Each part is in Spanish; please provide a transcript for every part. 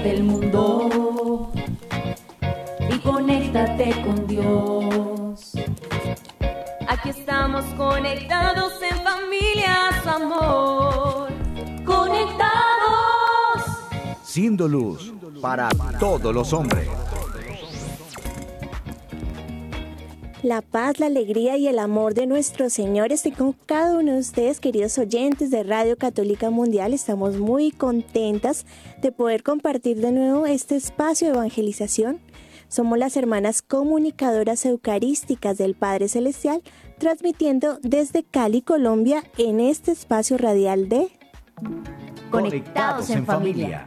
del mundo y conéctate con Dios. Aquí estamos conectados en familia, su amor. Conectados. Siendo luz para todos los hombres. La paz, la alegría y el amor de nuestro Señor esté con cada uno de ustedes, queridos oyentes de Radio Católica Mundial. Estamos muy contentas de poder compartir de nuevo este espacio de evangelización. Somos las hermanas comunicadoras eucarísticas del Padre Celestial, transmitiendo desde Cali, Colombia, en este espacio radial de Conectados en familia.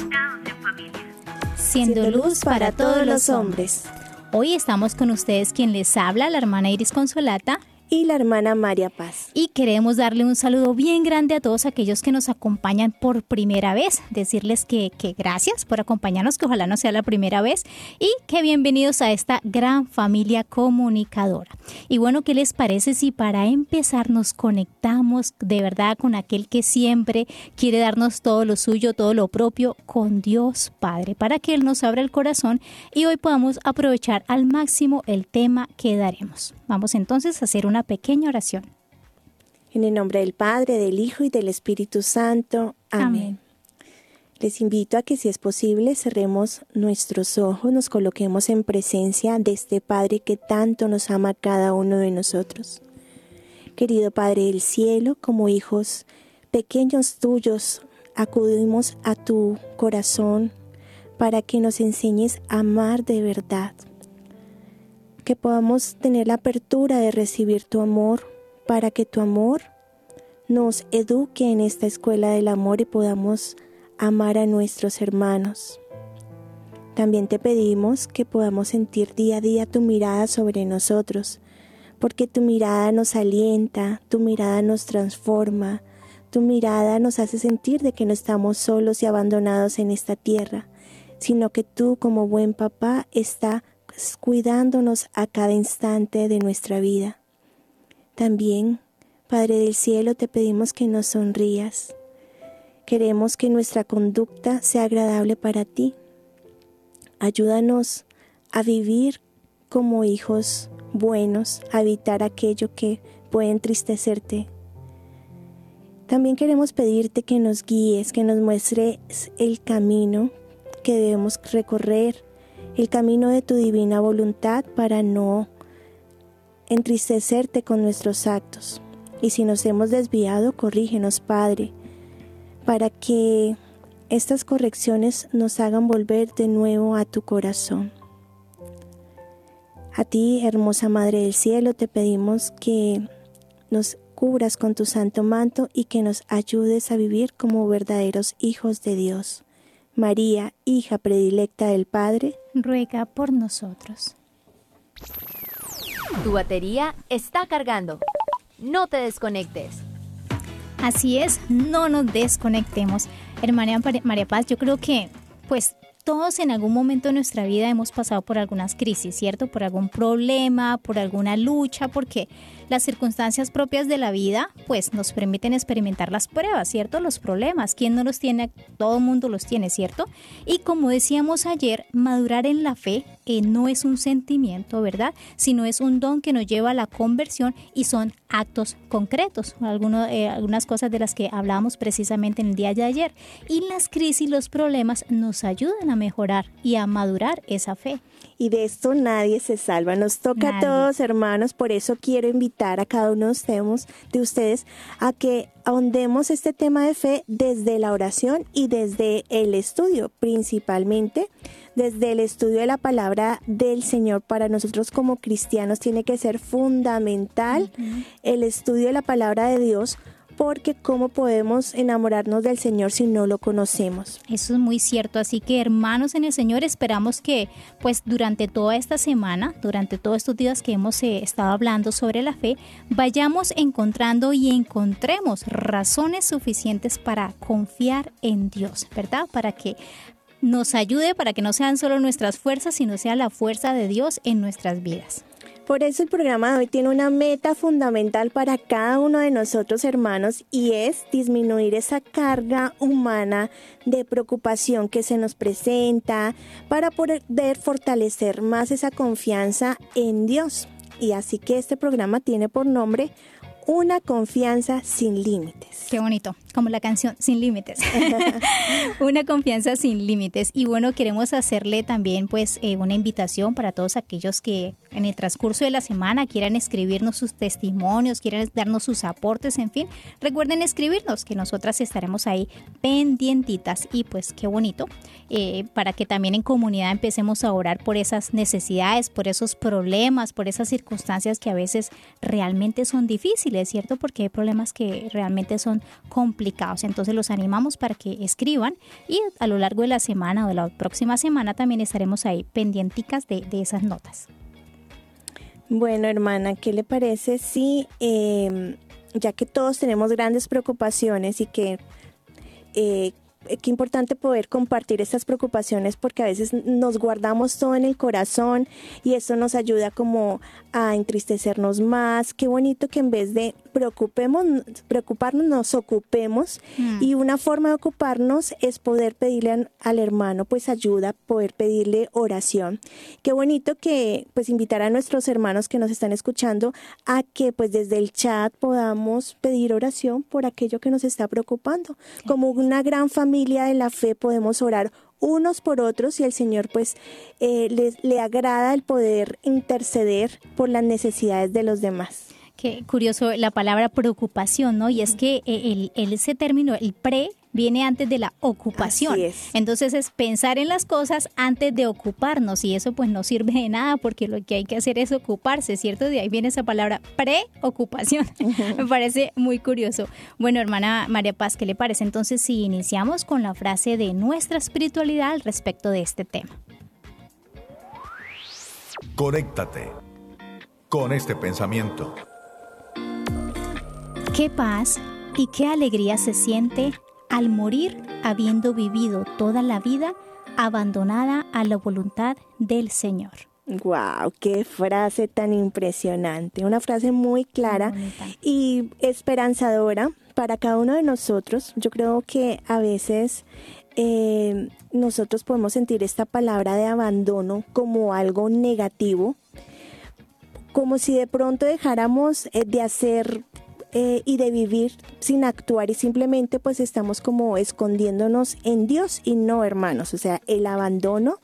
Siendo luz para todos los hombres. Hoy estamos con ustedes quien les habla, la hermana Iris Consolata y la hermana María Paz. Y queremos darle un saludo bien grande a todos aquellos que nos acompañan por primera vez. Decirles que gracias por acompañarnos, que ojalá no sea la primera vez y que bienvenidos a esta gran familia comunicadora. Y bueno, ¿qué les parece si para empezar nos conectamos de verdad con aquel que siempre quiere darnos todo lo suyo, todo lo propio, con Dios Padre, para que Él nos abra el corazón y hoy podamos aprovechar al máximo el tema que daremos? Vamos entonces a hacer una pequeña oración. En el nombre del Padre, del Hijo y del Espíritu Santo. Amén. Les invito a que, si es posible, cerremos nuestros ojos, nos coloquemos en presencia de este Padre que tanto nos ama a cada uno de nosotros. Querido Padre del cielo, como hijos pequeños tuyos, acudimos a tu corazón para que nos enseñes a amar de verdad. Que podamos tener la apertura de recibir tu amor, para que tu amor nos eduque en esta escuela del amor y podamos amar a nuestros hermanos. También te pedimos que podamos sentir día a día tu mirada sobre nosotros, porque tu mirada nos alienta, tu mirada nos transforma, tu mirada nos hace sentir de que no estamos solos y abandonados en esta tierra, sino que tú, como buen papá, estás cuidándonos a cada instante de nuestra vida. También, Padre del cielo, te pedimos que nos sonrías. Queremos que nuestra conducta sea agradable para ti. Ayúdanos a vivir como hijos buenos, a evitar aquello que puede entristecerte. También queremos pedirte que nos guíes, que nos muestres el camino que debemos recorrer, el camino de tu divina voluntad para no entristecerte con nuestros actos. Y si nos hemos desviado, corrígenos, Padre, para que estas correcciones nos hagan volver de nuevo a tu corazón. A ti, hermosa Madre del Cielo, te pedimos que nos cubras con tu santo manto y que nos ayudes a vivir como verdaderos hijos de Dios. María, hija predilecta del Padre, ruega por nosotros. Tu batería está cargando. No te desconectes. Así es, no nos desconectemos. Hermana María Paz, yo creo que todos en algún momento de nuestra vida hemos pasado por algunas crisis, ¿cierto? Por algún problema, por alguna lucha, porque las circunstancias propias de la vida nos permiten experimentar las pruebas, ¿cierto? Los problemas, ¿quién no los tiene? Todo el mundo los tiene, ¿cierto? Y como decíamos ayer, madurar en la fe no es un sentimiento, ¿verdad? Sino es un don que nos lleva a la conversión y son actos concretos, algunas cosas de las que hablábamos precisamente en el día de ayer. Y las crisis, los problemas nos ayudan a mejorar y a madurar esa fe. Y de esto nadie se salva, nos toca a todos, hermanos. Por eso quiero invitar a cada uno de ustedes a que ahondemos este tema de fe desde la oración y desde el estudio, principalmente desde el estudio de la palabra del Señor. Para nosotros como cristianos tiene que ser fundamental el estudio de la palabra de Dios, porque ¿cómo podemos enamorarnos del Señor si no lo conocemos? Eso es muy cierto, así que hermanos en el Señor, esperamos que durante toda esta semana, durante todos estos días que hemos estado hablando sobre la fe, vayamos encontrando y encontremos razones suficientes para confiar en Dios, ¿verdad? Para que nos ayude, para que no sean solo nuestras fuerzas, sino sea la fuerza de Dios en nuestras vidas. Por eso el programa de hoy tiene una meta fundamental para cada uno de nosotros, hermanos, y es disminuir esa carga humana de preocupación que se nos presenta para poder fortalecer más esa confianza en Dios. Y así que este programa tiene por nombre Una confianza sin límites. Qué bonito, como la canción Sin Límites. Una confianza sin límites. Y bueno, queremos hacerle también pues una invitación para todos aquellos que en el transcurso de la semana quieran escribirnos sus testimonios, quieran darnos sus aportes, en fin. Recuerden escribirnos, que nosotras estaremos ahí pendientitas. Y pues qué bonito, para que también en comunidad empecemos a orar por esas necesidades, por esos problemas, por esas circunstancias que a veces realmente son difíciles, ¿cierto? Porque hay problemas que realmente son complicados. Entonces los animamos para que escriban y a lo largo de la semana o de la próxima semana también estaremos ahí pendienticas de esas notas. Bueno, hermana, ¿qué le parece si, ya que todos tenemos grandes preocupaciones y que qué importante poder compartir estas preocupaciones, porque a veces nos guardamos todo en el corazón y eso nos ayuda como a entristecernos más? Qué bonito que en vez de preocuparnos, nos ocupemos. Y una forma de ocuparnos es poder pedirle al hermano pues ayuda, poder pedirle oración. Qué bonito que pues invitar a nuestros hermanos que nos están escuchando a que pues desde el chat podamos pedir oración por aquello que nos está preocupando. Sí. Como una gran familia de la fe podemos orar unos por otros y el Señor pues le agrada el poder interceder por las necesidades de los demás. Qué curioso la palabra preocupación, ¿no? Y es que ese término, el pre, viene antes de la ocupación. Así es. Entonces es pensar en las cosas antes de ocuparnos, y eso pues no sirve de nada porque lo que hay que hacer es ocuparse, ¿cierto? De ahí viene esa palabra preocupación. Me parece muy curioso. Bueno, hermana María Paz, ¿qué le parece entonces si iniciamos con la frase de nuestra espiritualidad al respecto de este tema? Conéctate con este pensamiento. Qué paz y qué alegría se siente al morir habiendo vivido toda la vida abandonada a la voluntad del Señor. ¡Wow! ¡Qué frase tan impresionante! Una frase muy clara y esperanzadora para cada uno de nosotros. Yo creo que a veces nosotros podemos sentir esta palabra de abandono como algo negativo, como si de pronto dejáramos de hacer y de vivir sin actuar y simplemente pues estamos como escondiéndonos en Dios. Y no, hermanos, o sea, el abandono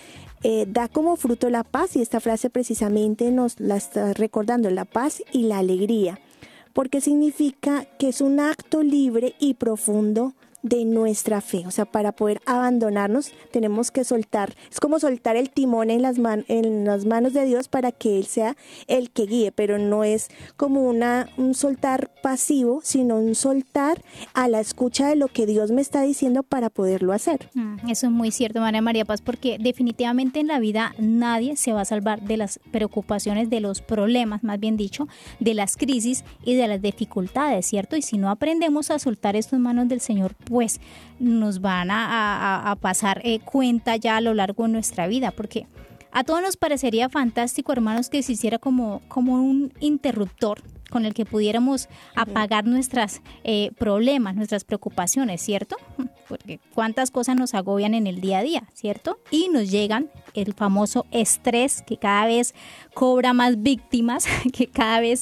da como fruto la paz, y esta frase precisamente nos la está recordando, la paz y la alegría, porque significa que es un acto libre y profundo de nuestra fe. O sea, para poder abandonarnos tenemos que soltar, es como soltar el timón en las manos de Dios para que Él sea el que guíe, pero no es como un soltar pasivo, sino un soltar a la escucha de lo que Dios me está diciendo para poderlo hacer. Eso es muy cierto, María Paz, porque definitivamente en la vida nadie se va a salvar de las preocupaciones, de los problemas, más bien dicho, de las crisis y de las dificultades, ¿cierto? Y si no aprendemos a soltar esto en manos del Señor, pues nos van a pasar cuenta ya a lo largo de nuestra vida, porque a todos nos parecería fantástico, hermanos, que se hiciera como un interruptor con el que pudiéramos apagar nuestros problemas, nuestras preocupaciones, ¿cierto? Porque cuántas cosas nos agobian en el día a día, ¿cierto? Y nos llegan el famoso estrés, que cada vez cobra más víctimas, que cada vez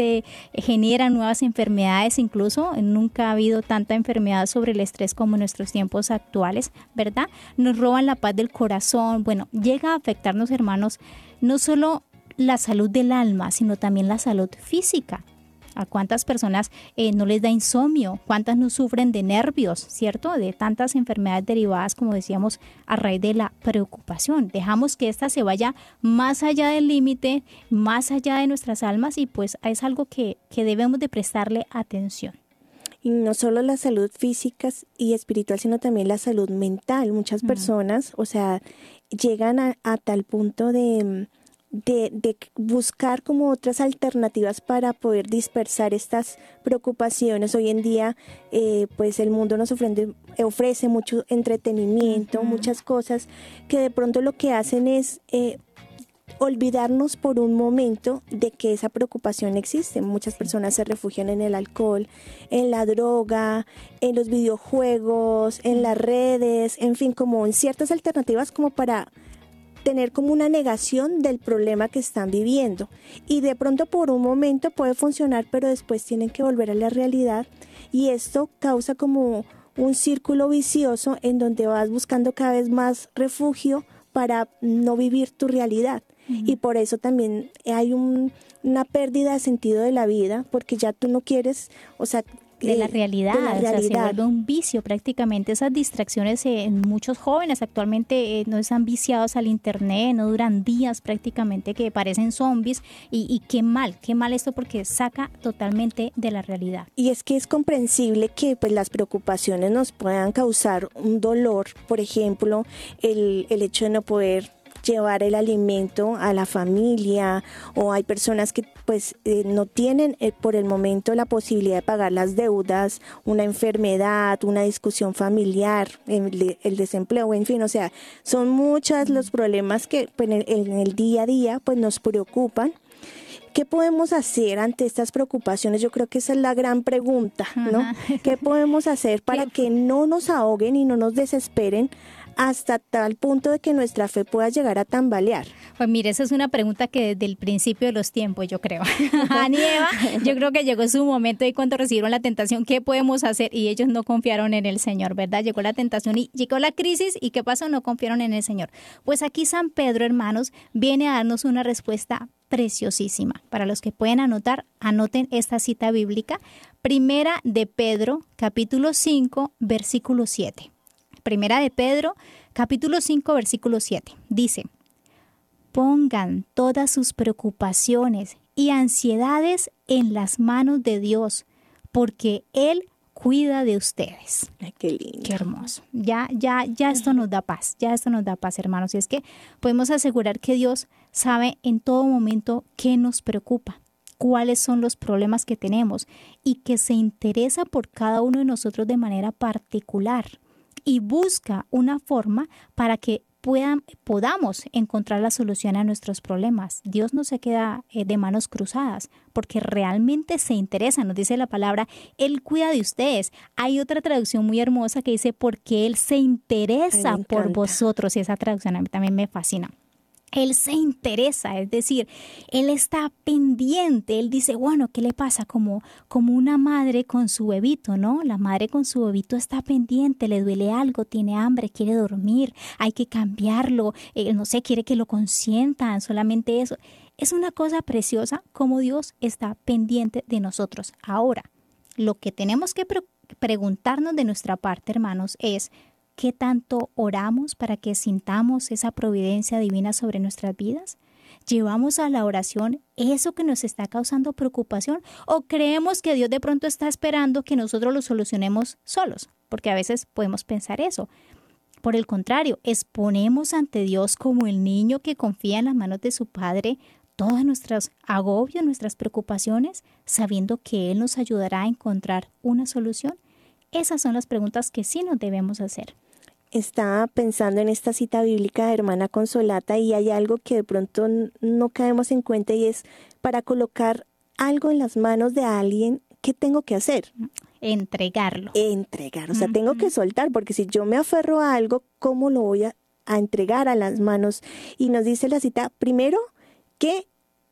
genera nuevas enfermedades. Incluso nunca ha habido tanta enfermedad sobre el estrés como en nuestros tiempos actuales, ¿verdad? Nos roban la paz del corazón. Bueno, llega a afectarnos, hermanos, no solo la salud del alma, sino también la salud física. ¿A cuántas personas no les da insomnio? ¿Cuántas no sufren de nervios, cierto? De tantas enfermedades derivadas, como decíamos, a raíz de la preocupación. Dejamos que esta se vaya más allá del límite, más allá de nuestras almas, y pues es algo que debemos de prestarle atención. Y no solo la salud física y espiritual, sino también la salud mental. Muchas personas, o sea, llegan a tal punto de buscar como otras alternativas para poder dispersar estas preocupaciones. Hoy en día, pues el mundo nos ofrece mucho entretenimiento, muchas cosas que de pronto lo que hacen es olvidarnos por un momento de que esa preocupación existe. Muchas personas se refugian en el alcohol, en la droga, en los videojuegos, en las redes, en fin, como en ciertas alternativas como para tener como una negación del problema que están viviendo. Y de pronto por un momento puede funcionar, pero después tienen que volver a la realidad y esto causa como un círculo vicioso en donde vas buscando cada vez más refugio para no vivir tu realidad. Y por eso también hay una pérdida de sentido de la vida, porque ya tú no quieres, o sea, de la realidad, o sea, se vuelve un vicio prácticamente. Esas distracciones en muchos jóvenes actualmente no están viciados al internet, no duran días prácticamente, que parecen zombies y qué mal esto porque saca totalmente de la realidad. Y es que es comprensible que pues las preocupaciones nos puedan causar un dolor, por ejemplo, el hecho de no poder llevar el alimento a la familia, o hay personas que pues no tienen por el momento la posibilidad de pagar las deudas, una enfermedad, una discusión familiar, el desempleo, en fin, o sea, son muchos los problemas que pues, en el día a día pues nos preocupan. ¿Qué podemos hacer ante estas preocupaciones? Yo creo que esa es la gran pregunta, ¿no? ¿Qué podemos hacer para que no nos ahoguen y no nos desesperen hasta tal punto de que nuestra fe pueda llegar a tambalear? Pues mire, esa es una pregunta que desde el principio de los tiempos, yo creo. Adán y Eva, yo creo que llegó su momento y cuando recibieron la tentación, ¿qué podemos hacer? Y ellos no confiaron en el Señor, ¿verdad? Llegó la tentación y llegó la crisis, ¿y qué pasó? No confiaron en el Señor. Pues aquí San Pedro, hermanos, viene a darnos una respuesta preciosísima. Para los que pueden anotar, anoten esta cita bíblica. Primera de Pedro, capítulo 5, versículo 7. Primera de Pedro, capítulo 5, versículo 7. Dice: pongan todas sus preocupaciones y ansiedades en las manos de Dios, porque Él cuida de ustedes. Ay, qué lindo. Qué hermoso. Ya esto nos da paz, hermanos. Y es que podemos asegurar que Dios sabe en todo momento qué nos preocupa, cuáles son los problemas que tenemos y que se interesa por cada uno de nosotros de manera particular y busca una forma para que podamos encontrar la solución a nuestros problemas. Dios no se queda de manos cruzadas porque realmente se interesa, nos dice la palabra, Él cuida de ustedes. Hay otra traducción muy hermosa que dice porque Él se interesa por vosotros, y esa traducción a mí también me fascina. Él se interesa, es decir, Él está pendiente, Él dice, bueno, ¿qué le pasa? Como una madre con su bebito, ¿no? La madre con su bebito está pendiente, le duele algo, tiene hambre, quiere dormir, hay que cambiarlo, no sé, quiere que lo consientan, solamente eso. Es una cosa preciosa como Dios está pendiente de nosotros. Ahora, lo que tenemos que preguntarnos de nuestra parte, hermanos, es ¿qué tanto oramos para que sintamos esa providencia divina sobre nuestras vidas? ¿Llevamos a la oración eso que nos está causando preocupación? ¿O creemos que Dios de pronto está esperando que nosotros lo solucionemos solos? Porque a veces podemos pensar eso. Por el contrario, exponemos ante Dios como el niño que confía en las manos de su Padre todos nuestros agobios, nuestras preocupaciones, sabiendo que Él nos ayudará a encontrar una solución. Esas son las preguntas que sí nos debemos hacer. Estaba pensando en esta cita bíblica de hermana Consolata y hay algo que de pronto no caemos en cuenta y es para colocar algo en las manos de alguien, ¿qué tengo que hacer? Entregarlo. O sea, tengo que soltar, porque si yo me aferro a algo, ¿cómo lo voy a entregar a las manos? Y nos dice la cita, primero que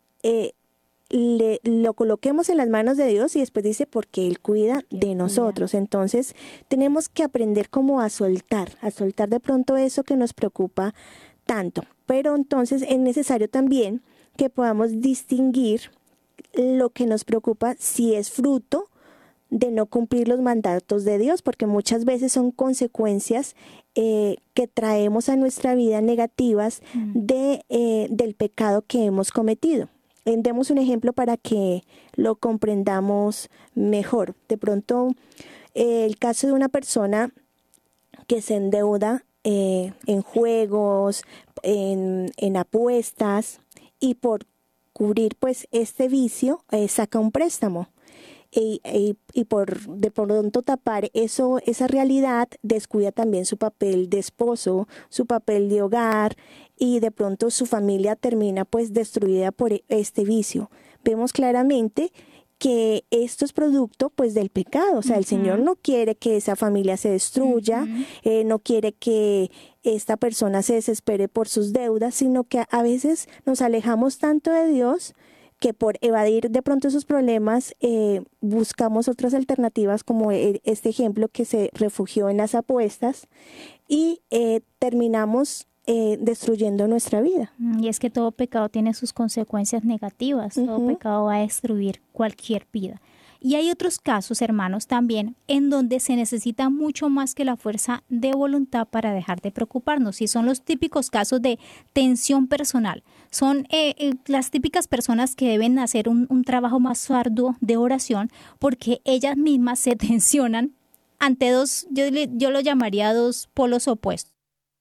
lo coloquemos en las manos de Dios y después dice porque Él cuida de nosotros. Entonces tenemos que aprender como a soltar de pronto eso que nos preocupa tanto. Pero entonces es necesario también que podamos distinguir lo que nos preocupa si es fruto de no cumplir los mandatos de Dios, porque muchas veces son consecuencias que traemos a nuestra vida negativas del pecado que hemos cometido. Demos un ejemplo para que lo comprendamos mejor. De pronto, el caso de una persona que se endeuda en juegos, en apuestas, y por cubrir pues este vicio saca un préstamo. Y por de pronto tapar esa realidad, descuida también su papel de esposo, su papel de hogar, y de pronto su familia termina pues destruida por este vicio. Vemos claramente que esto es producto pues del pecado, o sea, el Señor no quiere que esa familia se destruya, no quiere que esta persona se desespere por sus deudas, sino que a veces nos alejamos tanto de Dios que por evadir de pronto esos problemas buscamos otras alternativas, como este ejemplo que se refugió en las apuestas, y terminamos destruyendo nuestra vida. Y es que todo pecado tiene sus consecuencias negativas, todo pecado va a destruir cualquier vida. Y hay otros casos, hermanos, también en donde se necesita mucho más que la fuerza de voluntad para dejar de preocuparnos. Y son los típicos casos de tensión personal. Son las típicas personas que deben hacer un trabajo más arduo de oración porque ellas mismas se tensionan ante dos, yo lo llamaría dos polos opuestos.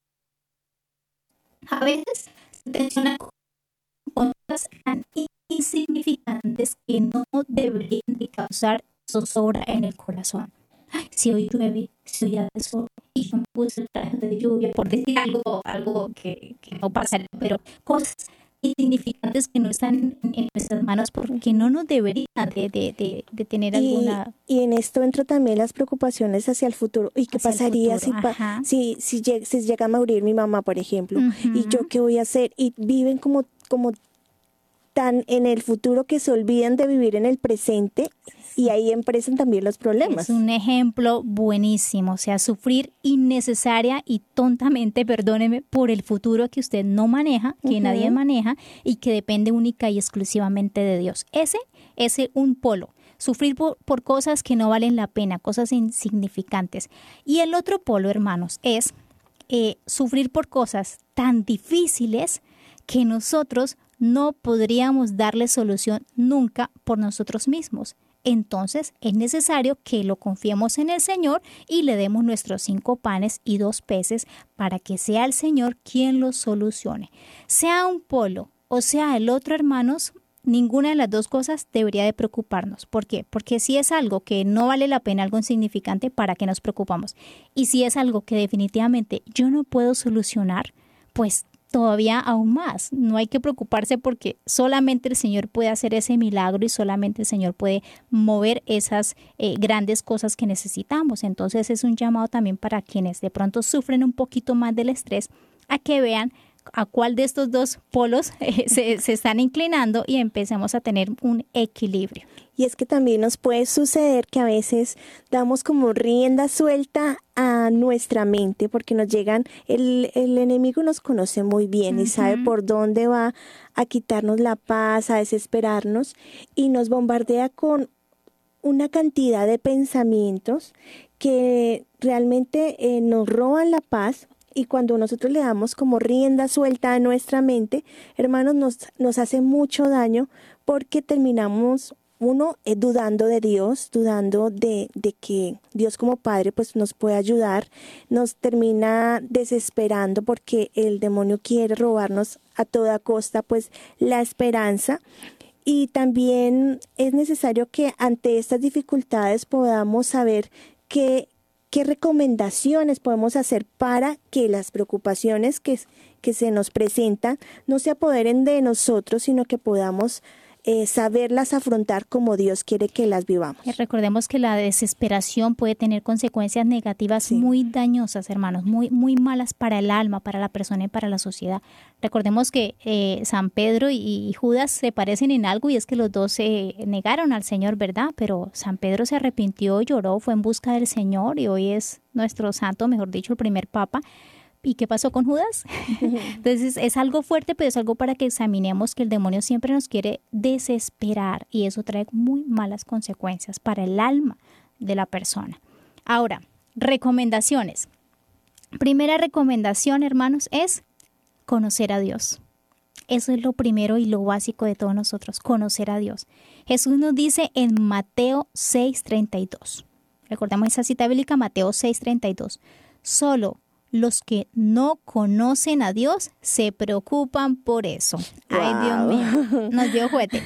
A veces se tensionan con cosas tan insignificantes que no deberían de causar zozobra en el corazón. Si hoy llueve, si hoy hace sol y yo me puse el traje de lluvia, por decir algo que no pasa, pero cosas insignificantes que no están en nuestras manos porque no nos deberían de tener alguna... Y en esto entran también las preocupaciones hacia el futuro. ¿Y qué pasaría si llega a morir mi mamá, por ejemplo? ¿Y yo qué voy a hacer? Y viven como tan en el futuro que se olvidan de vivir en el presente, y ahí empiezan también los problemas. Es un ejemplo buenísimo, o sea, sufrir innecesaria y tontamente, perdóneme, por el futuro que usted no maneja, que nadie maneja y que depende única y exclusivamente de Dios. Ese es un polo. Sufrir por cosas que no valen la pena, cosas insignificantes. Y el otro polo, hermanos, es sufrir por cosas tan difíciles que nosotros no podríamos darle solución nunca por nosotros mismos. Entonces es necesario que lo confiemos en el Señor y le demos nuestros 5 panes y 2 peces para que sea el Señor quien lo solucione. Sea un polo o sea el otro, hermanos, ninguna de las dos cosas debería de preocuparnos. ¿Por qué? Porque si es algo que no vale la pena, algo insignificante, ¿para qué nos preocupamos? Y si es algo que definitivamente yo no puedo solucionar, pues todavía aún más. No hay que preocuparse porque solamente el Señor puede hacer ese milagro y solamente el Señor puede mover esas grandes cosas que necesitamos. Entonces es un llamado también para quienes de pronto sufren un poquito más del estrés a que vean a cuál de estos dos polos se están inclinando y empecemos a tener un equilibrio. Y es que también nos puede suceder que a veces damos como rienda suelta a nuestra mente porque nos llegan, el enemigo nos conoce muy bien y sabe por dónde va a quitarnos la paz, a desesperarnos, y nos bombardea con una cantidad de pensamientos que realmente nos roban la paz. Y cuando nosotros le damos como rienda suelta a nuestra mente, hermanos, nos hace mucho daño porque terminamos dudando de Dios, dudando de que Dios como Padre pues nos puede ayudar, nos termina desesperando porque el demonio quiere robarnos a toda costa pues la esperanza. Y también es necesario que ante estas dificultades podamos saber ¿qué recomendaciones podemos hacer para que las preocupaciones que se nos presentan no se apoderen de nosotros, sino que podamos saberlas afrontar como Dios quiere que las vivamos? Recordemos que la desesperación puede tener consecuencias negativas muy dañosas, hermanos, muy, muy malas para el alma, para la persona y para la sociedad. Recordemos que San Pedro y Judas se parecen en algo, y es que los dos se negaron al Señor, ¿verdad? Pero San Pedro se arrepintió, lloró, fue en busca del Señor y hoy es nuestro santo, mejor dicho, el primer papa. ¿Y qué pasó con Judas? Entonces es algo fuerte, pero es algo para que examinemos, que el demonio siempre nos quiere desesperar y eso trae muy malas consecuencias para el alma de la persona. Ahora, recomendaciones. Primera recomendación, hermanos, es conocer a Dios. Eso es lo primero y lo básico de todos nosotros, conocer a Dios. Jesús nos dice en Mateo 6:32. Recordamos esa cita bíblica, Mateo 6:32. Solo los que no conocen a Dios se preocupan por eso. Wow. Ay, Dios mío, nos dio juguete.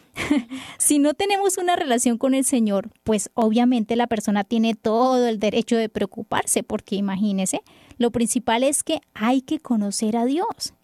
Si no tenemos una relación con el Señor, pues obviamente la persona tiene todo el derecho de preocuparse, porque imagínese, lo principal es que hay que conocer a Dios.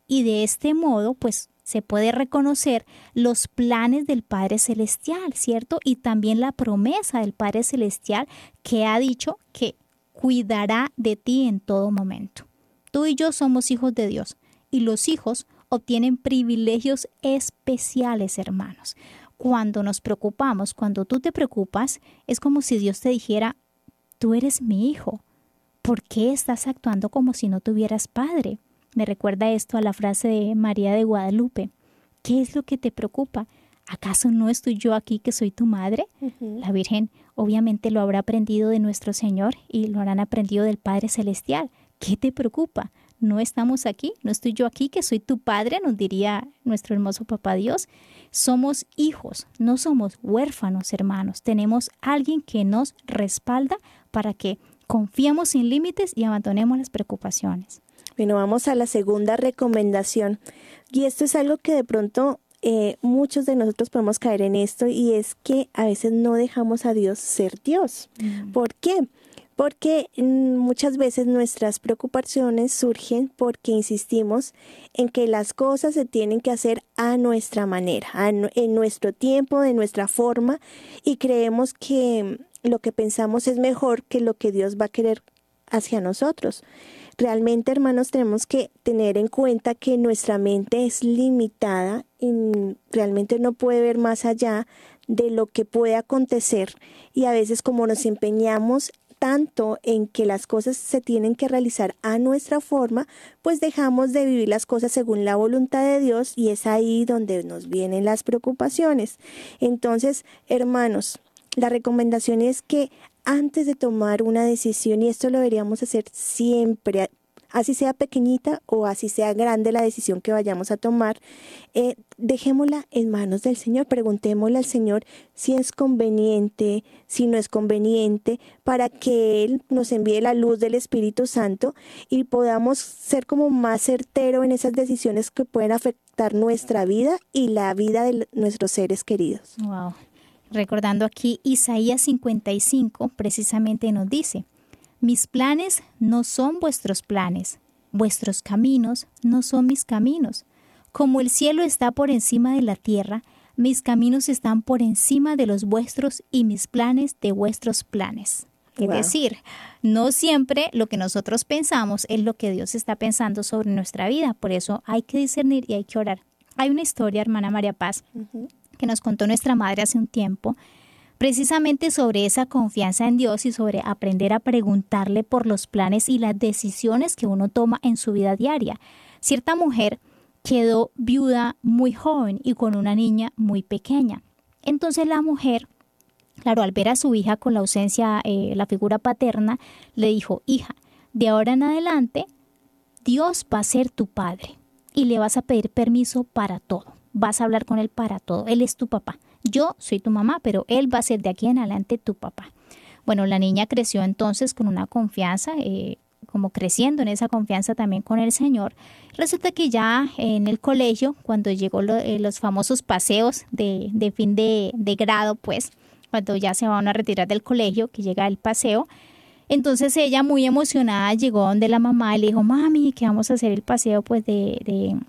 y de este modo, pues, se puede reconocer los planes del Padre Celestial, ¿cierto? Y también la promesa del Padre Celestial que ha dicho que cuidará de ti en todo momento. Tú y yo somos hijos de Dios y los hijos obtienen privilegios especiales, hermanos. Cuando nos preocupamos, cuando tú te preocupas, es como si Dios te dijera, tú eres mi hijo. ¿Por qué estás actuando como si no tuvieras padre? Me recuerda esto a la frase de María de Guadalupe. ¿Qué es lo que te preocupa? ¿Acaso no estoy yo aquí que soy tu madre? La Virgen obviamente lo habrá aprendido de nuestro Señor y lo habrán aprendido del Padre Celestial. ¿Qué te preocupa? ¿No estamos aquí? ¿No estoy yo aquí que soy tu padre? Nos diría nuestro hermoso Papá Dios. Somos hijos, no somos huérfanos, hermanos. Tenemos alguien que nos respalda para que confiemos sin límites y abandonemos las preocupaciones. Bueno, vamos a la segunda recomendación. Y esto es algo que de pronto muchos de nosotros podemos caer en esto, y es que a veces no dejamos a Dios ser Dios. ¿Por qué? Porque muchas veces nuestras preocupaciones surgen porque insistimos en que las cosas se tienen que hacer a nuestra manera, en nuestro tiempo, de nuestra forma, y creemos que lo que pensamos es mejor que lo que Dios va a querer hacia nosotros. Realmente, hermanos, tenemos que tener en cuenta que nuestra mente es limitada y realmente no puede ver más allá de lo que puede acontecer, y a veces como nos empeñamos tanto en que las cosas se tienen que realizar a nuestra forma, pues dejamos de vivir las cosas según la voluntad de Dios, y es ahí donde nos vienen las preocupaciones. Entonces, hermanos, la recomendación es que antes de tomar una decisión, y esto lo deberíamos hacer siempre, así sea pequeñita o así sea grande la decisión que vayamos a tomar, dejémosla en manos del Señor, preguntémosle al Señor si es conveniente, si no es conveniente, para que Él nos envíe la luz del Espíritu Santo y podamos ser como más certeros en esas decisiones que pueden afectar nuestra vida y la vida de nuestros seres queridos. Wow. Recordando aquí Isaías 55, precisamente nos dice, mis planes no son vuestros planes, vuestros caminos no son mis caminos. Como el cielo está por encima de la tierra, mis caminos están por encima de los vuestros y mis planes de vuestros planes. Es decir, no siempre lo que nosotros pensamos es lo que Dios está pensando sobre nuestra vida. Por eso hay que discernir y hay que orar. Hay una historia, hermana María Paz, que nos contó nuestra madre hace un tiempo, precisamente sobre esa confianza en Dios y sobre aprender a preguntarle por los planes y las decisiones que uno toma en su vida diaria. Cierta mujer quedó viuda muy joven y con una niña muy pequeña. Entonces la mujer, claro, al ver a su hija con la ausencia, la figura paterna, le dijo, hija, de ahora en adelante, Dios va a ser tu padre y le vas a pedir permiso para todo. Vas a hablar con Él para todo. Él es tu papá. Yo soy tu mamá, pero Él va a ser de aquí en adelante tu papá. Bueno, la niña creció entonces con una confianza, como creciendo en esa confianza también con el Señor. Resulta que ya en el colegio, cuando llegó los famosos paseos de fin de grado, pues, cuando ya se van a retirar del colegio, que llega el paseo, entonces ella muy emocionada llegó donde la mamá y le dijo, mami, que vamos a hacer el paseo pues de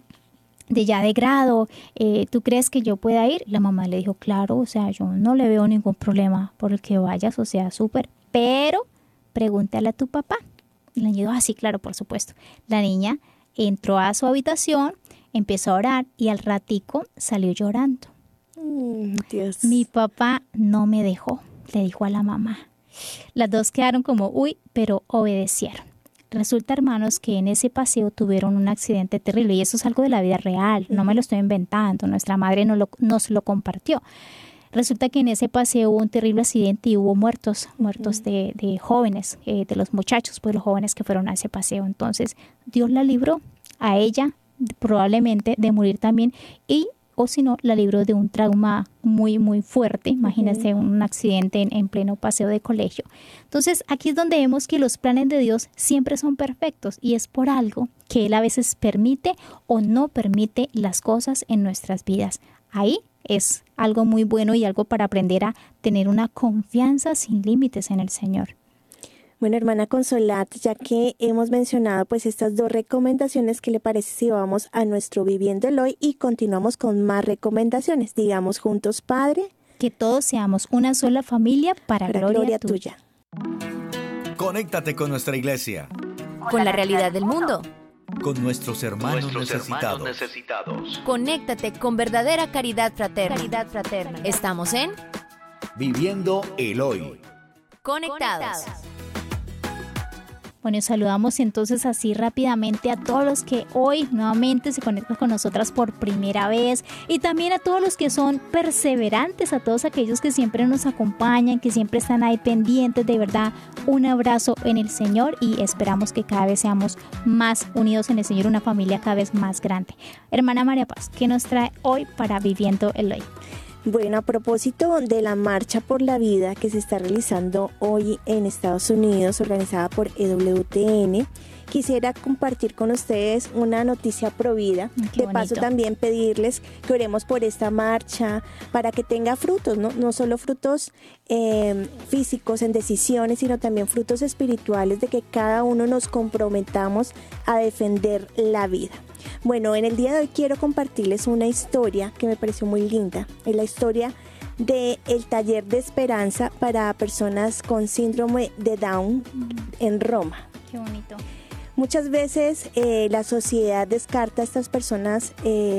ya de grado, ¿tú crees que yo pueda ir? La mamá le dijo, claro, o sea, yo no le veo ningún problema por el que vayas, o sea, súper, pero pregúntale a tu papá. Y le dijo, sí, claro, por supuesto. La niña entró a su habitación, empezó a orar y al ratico salió llorando. Dios. Mi papá no me dejó, le dijo a la mamá. Las dos quedaron como, pero obedecieron. Resulta, hermanos, que en ese paseo tuvieron un accidente terrible y eso es algo de la vida real, no me lo estoy inventando, nuestra madre nos lo compartió. Resulta que en ese paseo hubo un terrible accidente y hubo muertos de jóvenes, de los muchachos, pues los jóvenes que fueron a ese paseo. Entonces, Dios la libró a ella probablemente de morir también o si no, la libró de un trauma muy, muy fuerte. Imagínense un accidente en pleno paseo de colegio. Entonces, aquí es donde vemos que los planes de Dios siempre son perfectos y es por algo que Él a veces permite o no permite las cosas en nuestras vidas. Ahí es algo muy bueno y algo para aprender a tener una confianza sin límites en el Señor. Bueno, hermana Consolat, ya que hemos mencionado pues estas 2 recomendaciones, ¿qué le parece si vamos a nuestro Viviendo el Hoy y continuamos con más recomendaciones? Digamos juntos, Padre, que todos seamos una sola familia para gloria tuya. Conéctate con nuestra iglesia, Con la realidad del mundo. con nuestros hermanos necesitados. Conéctate con verdadera caridad fraterna. Estamos en Viviendo el Hoy. Conectados. Bueno, saludamos entonces así rápidamente a todos los que hoy nuevamente se conectan con nosotras por primera vez y también a todos los que son perseverantes, a todos aquellos que siempre nos acompañan, que siempre están ahí pendientes. De verdad, un abrazo en el Señor y esperamos que cada vez seamos más unidos en el Señor, una familia cada vez más grande. Hermana María Paz, ¿qué nos trae hoy para Viviendo el Hoy? Bueno, a propósito de la Marcha por la Vida que se está realizando hoy en Estados Unidos, organizada por EWTN, quisiera compartir con ustedes una noticia provida. Qué de paso bonito. también pedirles que oremos por esta marcha para que tenga frutos, no solo frutos físicos en decisiones, sino también frutos espirituales, de que cada uno nos comprometamos a defender la vida. Bueno, en el día de hoy quiero compartirles una historia que me pareció muy linda. Es la historia del taller de esperanza para personas con síndrome de Down en Roma. Qué bonito. Muchas veces la sociedad descarta a estas personas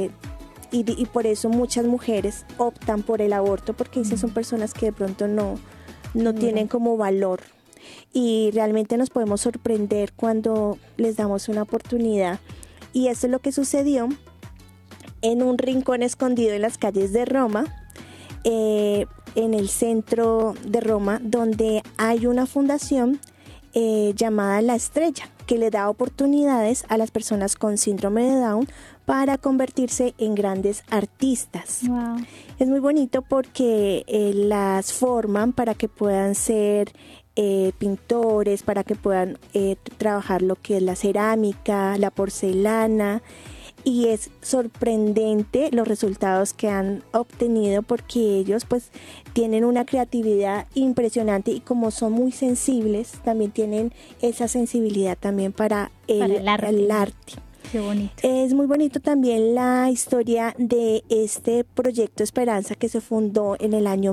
y por eso muchas mujeres optan por el aborto, porque dicen son personas que de pronto no tienen como valor. Y realmente nos podemos sorprender cuando les damos una oportunidad. Y esto es lo que sucedió en un rincón escondido en las calles de Roma, en el centro de Roma, donde hay una fundación llamada La Estrella, que le da oportunidades a las personas con síndrome de Down para convertirse en grandes artistas. Wow. Es muy bonito porque las forman para que puedan ser pintores, para que puedan trabajar lo que es la cerámica, la porcelana, y es sorprendente los resultados que han obtenido, porque ellos pues tienen una creatividad impresionante y como son muy sensibles, también tienen esa sensibilidad también para el arte. Qué bonito. Es muy bonito también la historia de este proyecto Esperanza, que se fundó en el año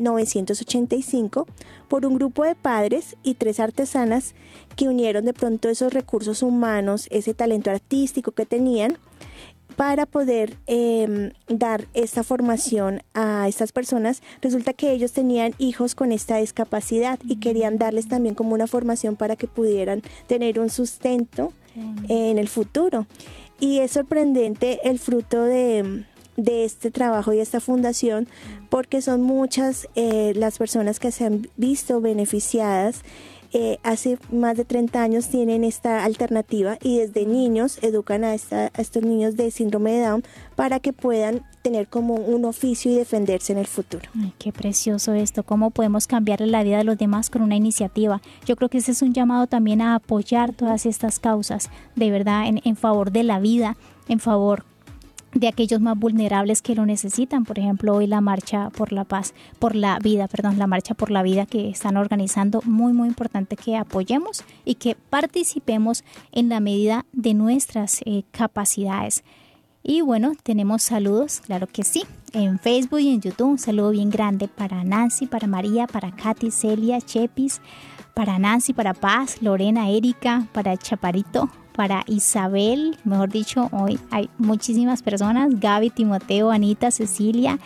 1985 por un grupo de padres y 3 artesanas que unieron de pronto esos recursos humanos, ese talento artístico que tenían, para poder dar esta formación a estas personas. Resulta que ellos tenían hijos con esta discapacidad y querían darles también como una formación para que pudieran tener un sustento en el futuro. Y es sorprendente el fruto de este trabajo y esta fundación, porque son muchas las personas que se han visto beneficiadas. Hace más de 30 años tienen esta alternativa y desde niños educan a estos niños de síndrome de Down para que puedan tener como un oficio y defenderse en el futuro. Ay, qué precioso esto, cómo podemos cambiar la vida de los demás con una iniciativa. Yo creo que ese es un llamado también a apoyar todas estas causas, de verdad, en favor de la vida, en favor de aquellos más vulnerables que lo necesitan. Por ejemplo, hoy la marcha por la paz, la marcha por la vida que están organizando, muy muy importante que apoyemos y que participemos en la medida de nuestras capacidades. Y bueno, tenemos saludos, claro que sí, en Facebook y en YouTube. Un saludo bien grande para Nancy, para María, para Katy, Celia, Chepis, para Nancy, para Paz, Lorena, Erika, para Chaparito, para Isabel, mejor dicho, hoy hay muchísimas personas, Gaby, Timoteo, Anita, Cecilia,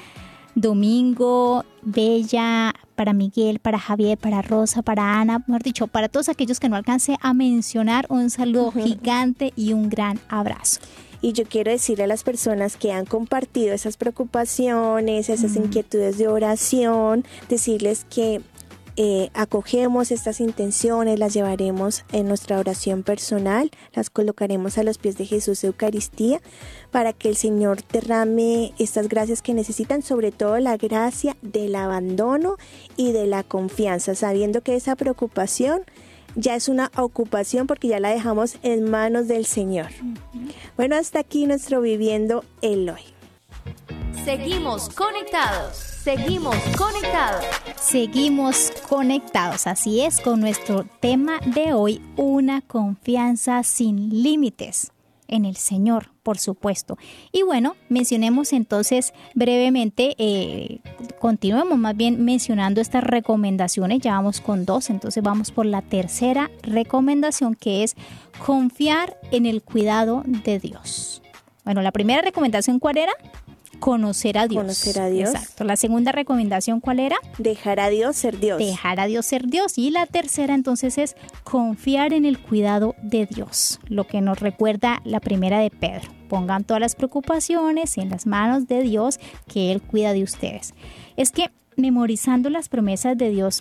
Domingo, Bella, para Miguel, para Javier, para Rosa, para Ana, mejor dicho, para todos aquellos que no alcance a mencionar, un saludo gigante y un gran abrazo. Y yo quiero decirle a las personas que han compartido esas preocupaciones, esas inquietudes de oración, decirles que acogemos estas intenciones, las llevaremos en nuestra oración personal, las colocaremos a los pies de Jesús Eucaristía, para que el Señor derrame estas gracias que necesitan, sobre todo la gracia del abandono y de la confianza, sabiendo que esa preocupación ya es una ocupación porque ya la dejamos en manos del Señor. Bueno, hasta aquí nuestro Viviendo el Hoy. Seguimos conectados. Seguimos conectados. Seguimos conectados, así es, con nuestro tema de hoy, una confianza sin límites en el Señor, por supuesto. Y bueno, mencionemos entonces brevemente, continuemos más bien mencionando estas recomendaciones, ya vamos con 2, entonces vamos por la tercera recomendación, que es confiar en el cuidado de Dios. Bueno, la primera recomendación, ¿cuál era? Conocer a Dios. Conocer a Dios. Exacto. La segunda recomendación, ¿cuál era? Dejar a Dios ser Dios. Dejar a Dios ser Dios. Y la tercera entonces es confiar en el cuidado de Dios, lo que nos recuerda la primera de Pedro. Pongan todas las preocupaciones en las manos de Dios, que Él cuida de ustedes. Es que memorizando las promesas de Dios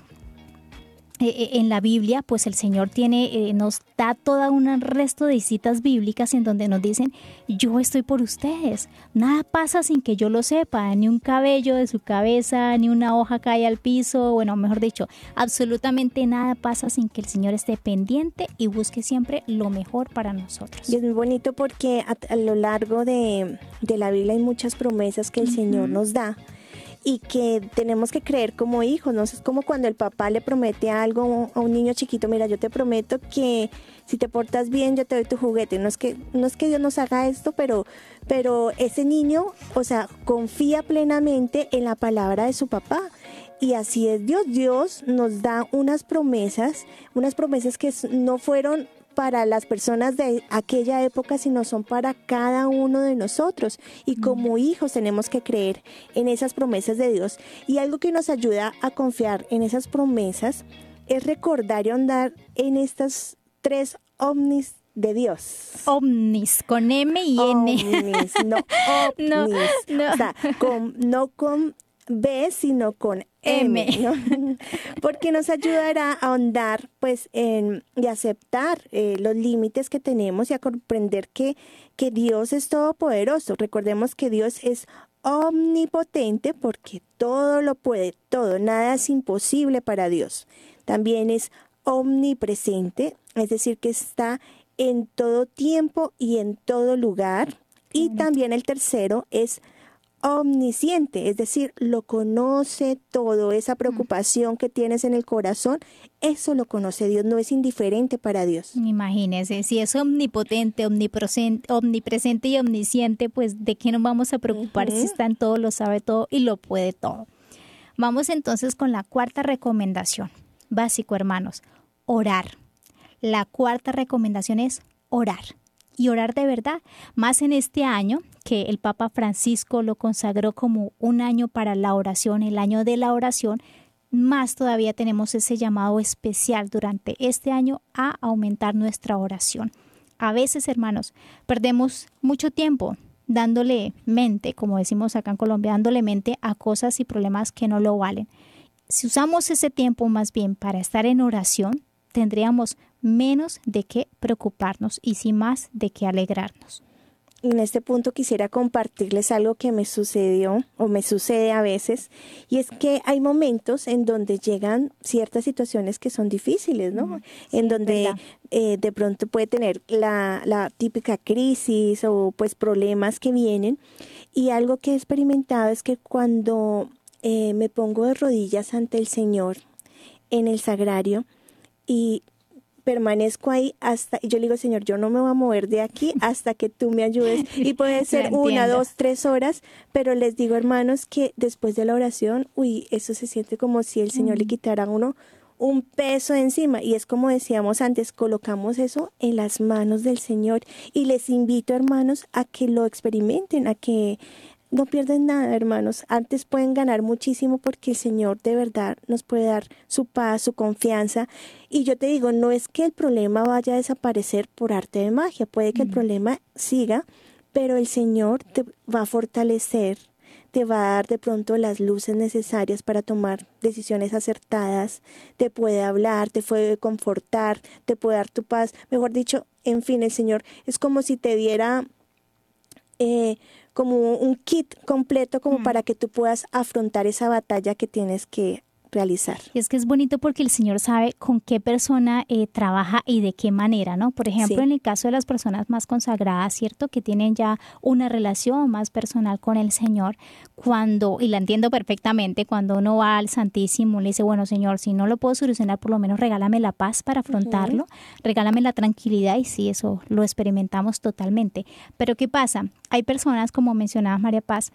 en la Biblia, pues el Señor nos da todo un resto de citas bíblicas en donde nos dicen: yo estoy por ustedes, nada pasa sin que yo lo sepa, ni un cabello de su cabeza, ni una hoja cae al piso, bueno, mejor dicho, absolutamente nada pasa sin que el Señor esté pendiente y busque siempre lo mejor para nosotros. Y es muy bonito porque a lo largo de la Biblia hay muchas promesas que el Señor nos da y que tenemos que creer como hijos, ¿no? Es como cuando el papá le promete algo a un niño chiquito: mira, yo te prometo que si te portas bien yo te doy tu juguete. No es que Dios nos haga esto, pero ese niño, o sea, confía plenamente en la palabra de su papá. Y así es Dios. Dios nos da unas promesas que no fueron para las personas de aquella época, sino son para cada uno de nosotros. Y como hijos tenemos que creer en esas promesas de Dios. Y algo que nos ayuda a confiar en esas promesas es recordar y ahondar en estas 3 ovnis de Dios. Ovnis, con M y N. Ovnis, no ovnis. No. O sea, no con B, sino con M, ¿no? Porque nos ayudará a ahondar pues y aceptar los límites que tenemos y a comprender que Dios es todopoderoso. Recordemos que Dios es omnipotente porque todo lo puede, todo, nada es imposible para Dios. También es omnipresente, es decir, que está en todo tiempo y en todo lugar. Y también el tercero es omnisciente, es decir, lo conoce todo. Esa preocupación que tienes en el corazón, eso lo conoce Dios, no es indiferente para Dios. Imagínese, si es omnipotente, omnipresente y omnisciente, pues ¿de qué nos vamos a preocupar si está en todo, lo sabe todo y lo puede todo? Vamos entonces con la cuarta recomendación. Básico, hermanos, orar. La cuarta recomendación es orar. Y orar de verdad, más en este año que el Papa Francisco lo consagró como un año para la oración, el año de la oración, más todavía tenemos ese llamado especial durante este año a aumentar nuestra oración. A veces, hermanos, perdemos mucho tiempo dándole mente, como decimos acá en Colombia, dándole mente a cosas y problemas que no lo valen. Si usamos ese tiempo más bien para estar en oración, tendríamos menos de qué preocuparnos y sí más de qué alegrarnos. En este punto quisiera compartirles algo que me sucedió o me sucede a veces, y es que hay momentos en donde llegan ciertas situaciones que son difíciles, ¿no? Sí, en donde de pronto puede tener la típica crisis o pues problemas que vienen, y algo que he experimentado es que cuando me pongo de rodillas ante el Señor en el sagrario y permanezco ahí y yo le digo: Señor, yo no me voy a mover de aquí hasta que tú me ayudes. Y puede ser 1, 2, 3 horas, pero les digo, hermanos, que después de la oración, eso se siente como si el Señor le quitara a uno un peso de encima. Y es como decíamos antes, colocamos eso en las manos del Señor. Y les invito, hermanos, a que lo experimenten, a que no pierden nada, hermanos. Antes pueden ganar muchísimo porque el Señor de verdad nos puede dar su paz, su confianza. Y yo te digo, no es que el problema vaya a desaparecer por arte de magia. Puede que el problema siga, pero el Señor te va a fortalecer, te va a dar de pronto las luces necesarias para tomar decisiones acertadas, te puede hablar, te puede confortar, te puede dar tu paz. Mejor dicho, en fin, el Señor es como si te diera como un kit completo como para que tú puedas afrontar esa batalla que tienes que realizar. Y es que es bonito porque el Señor sabe con qué persona trabaja y de qué manera, ¿no? Por ejemplo, en el caso de las personas más consagradas, ¿cierto? Que tienen ya una relación más personal con el Señor, y la entiendo perfectamente, cuando uno va al Santísimo, le dice, bueno, Señor, si no lo puedo solucionar, por lo menos regálame la paz para afrontarlo, regálame la tranquilidad, y sí, eso lo experimentamos totalmente. Pero ¿qué pasa? Hay personas, como mencionaba María Paz,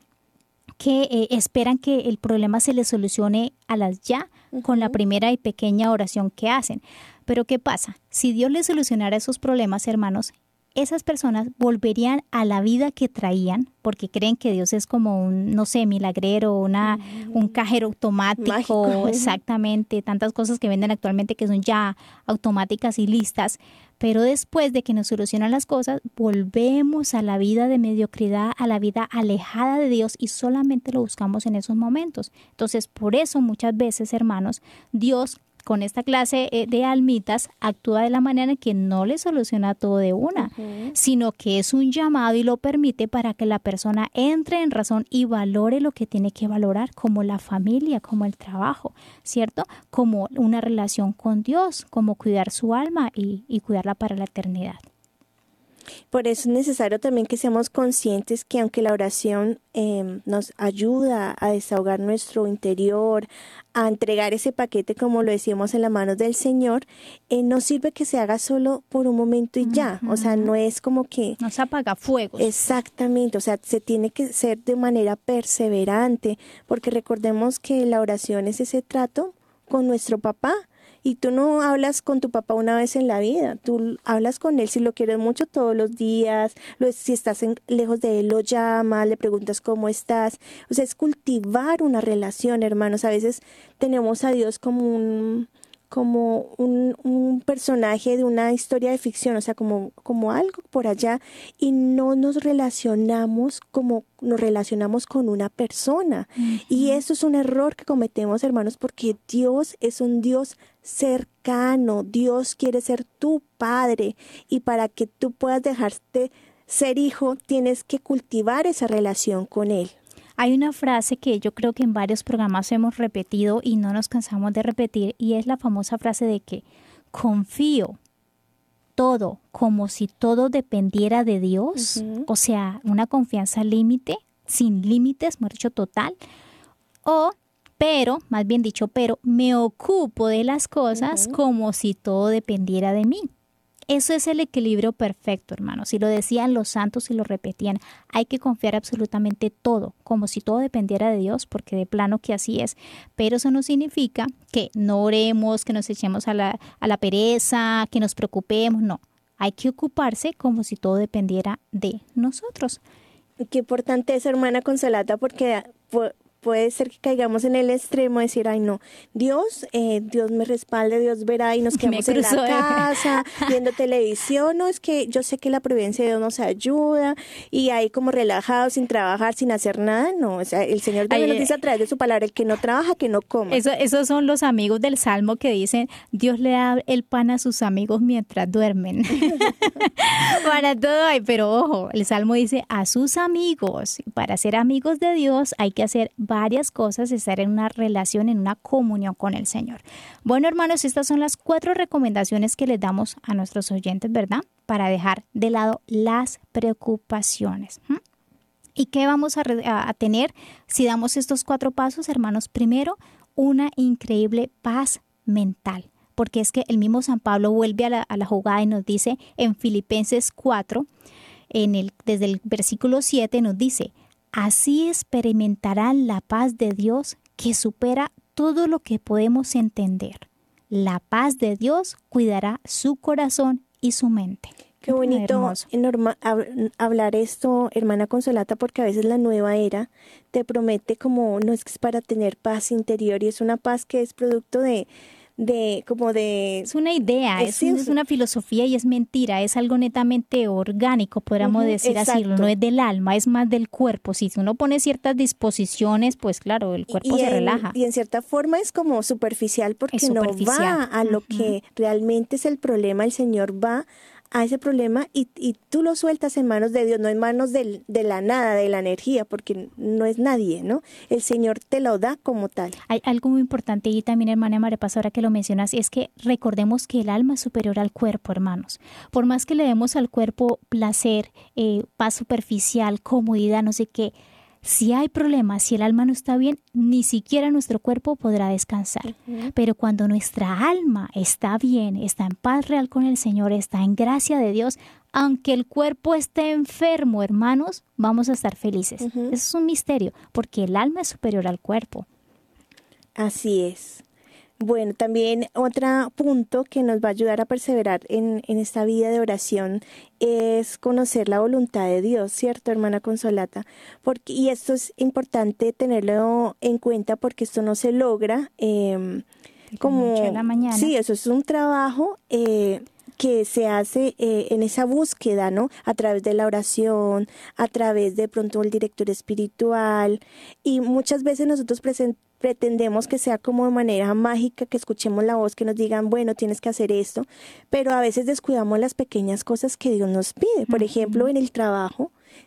que esperan que el problema se les solucione a las ya con la primera y pequeña oración que hacen. Pero ¿qué pasa? Si Dios les solucionara esos problemas, hermanos, esas personas volverían a la vida que traían porque creen que Dios es como un, no sé, milagrero, un cajero automático, mágico. Exactamente, tantas cosas que venden actualmente que son ya automáticas y listas. Pero después de que nos solucionan las cosas, volvemos a la vida de mediocridad, a la vida alejada de Dios y solamente lo buscamos en esos momentos. Entonces, por eso muchas veces, hermanos, Dios con esta clase de almitas actúa de la manera en que no le soluciona todo de una, sino que es un llamado y lo permite para que la persona entre en razón y valore lo que tiene que valorar, como la familia, como el trabajo, ¿cierto? Como una relación con Dios, como cuidar su alma y cuidarla para la eternidad. Por eso es necesario también que seamos conscientes que aunque la oración nos ayuda a desahogar nuestro interior, a entregar ese paquete, como lo decíamos, en las manos del Señor, no sirve que se haga solo por un momento y ya. O sea, no es como que... No se apaga fuegos. Exactamente, o sea, se tiene que ser de manera perseverante, porque recordemos que la oración es ese trato con nuestro papá. Y tú no hablas con tu papá una vez en la vida, tú hablas con él si lo quieres mucho todos los días, si estás lejos de él lo llamas, le preguntas cómo estás. O sea, es cultivar una relación, hermanos. A veces tenemos a Dios como un personaje de una historia de ficción, o sea, como algo por allá, y no nos relacionamos como nos relacionamos con una persona. Y eso es un error que cometemos, hermanos, porque Dios es un Dios cercano. Dios quiere ser tu Padre, y para que tú puedas dejarte ser hijo, tienes que cultivar esa relación con Él. Hay una frase que yo creo que en varios programas hemos repetido y no nos cansamos de repetir, y es la famosa frase de que confío todo como si todo dependiera de Dios, o sea, una confianza límite, sin límites, mejor dicho, total, pero me ocupo de las cosas como si todo dependiera de mí. Eso es el equilibrio perfecto, hermanos. Y lo decían los santos y lo repetían. Hay que confiar absolutamente todo, como si todo dependiera de Dios, porque de plano que así es. Pero eso no significa que no oremos, que nos echemos a la pereza, que nos preocupemos. No, hay que ocuparse como si todo dependiera de nosotros. Qué importante es, hermana Consolata, porque puede ser que caigamos en el extremo de decir, ay no, Dios me respalde, Dios verá, y nos quedamos en la casa viendo televisión. No, es que yo sé que la providencia de Dios nos ayuda, y ahí como relajados, sin trabajar, sin hacer nada. No, o sea, el Señor también nos dice a través de su palabra, el que no trabaja, que no coma. Esos son los amigos del Salmo que dicen, Dios le da el pan a sus amigos mientras duermen. Para todo hay, pero ojo, el Salmo dice a sus amigos. Para ser amigos de Dios hay que hacer varias cosas, estar en una relación, en una comunión con el Señor. Bueno, hermanos, estas son las 4 recomendaciones que les damos a nuestros oyentes, ¿verdad? Para dejar de lado las preocupaciones. ¿Y qué vamos a tener si damos estos 4 pasos, hermanos? Primero, una increíble paz mental, porque es que el mismo San Pablo vuelve a la jugada y nos dice en Filipenses 4, desde el versículo 7 nos dice: así experimentarán la paz de Dios que supera todo lo que podemos entender. La paz de Dios cuidará su corazón y su mente. Qué bonito, hablar esto, hermana Consolata, porque a veces la nueva era te promete como, no, es que es para tener paz interior, y es una paz que es producto de es una idea, es una filosofía, y es mentira, es algo netamente orgánico, podríamos decir así, no es del alma, es más del cuerpo. Si uno pone ciertas disposiciones, pues claro, el cuerpo se relaja. Y en cierta forma es como superficial, porque no va a lo que realmente es el problema. El Señor va a ese problema y tú lo sueltas en manos de Dios, no en manos de la nada, de la energía, porque no es nadie, ¿no? El Señor te lo da como tal. Hay algo muy importante y también, hermana María Paz, ahora que lo mencionas, es que recordemos que el alma es superior al cuerpo, hermanos. Por más que le demos al cuerpo placer, paz superficial, comodidad, no sé qué, si hay problemas, si el alma no está bien, ni siquiera nuestro cuerpo podrá descansar. Pero cuando nuestra alma está bien, está en paz real con el Señor, está en gracia de Dios, aunque el cuerpo esté enfermo, hermanos, vamos a estar felices. Eso es un misterio, porque el alma es superior al cuerpo. Así es. Bueno, también otro punto que nos va a ayudar a perseverar en esta vida de oración es conocer la voluntad de Dios, ¿cierto, hermana Consolata? Y esto es importante tenerlo en cuenta porque esto no se logra como noche a la mañana. Sí, eso es un trabajo que se hace en esa búsqueda, ¿no? A través de la oración, a través de pronto el director espiritual, y muchas veces nosotros pretendemos que sea como de manera mágica, que escuchemos la voz, que nos digan, bueno, tienes que hacer esto, pero a veces descuidamos las pequeñas cosas que Dios nos pide. Por ejemplo, en el trabajo,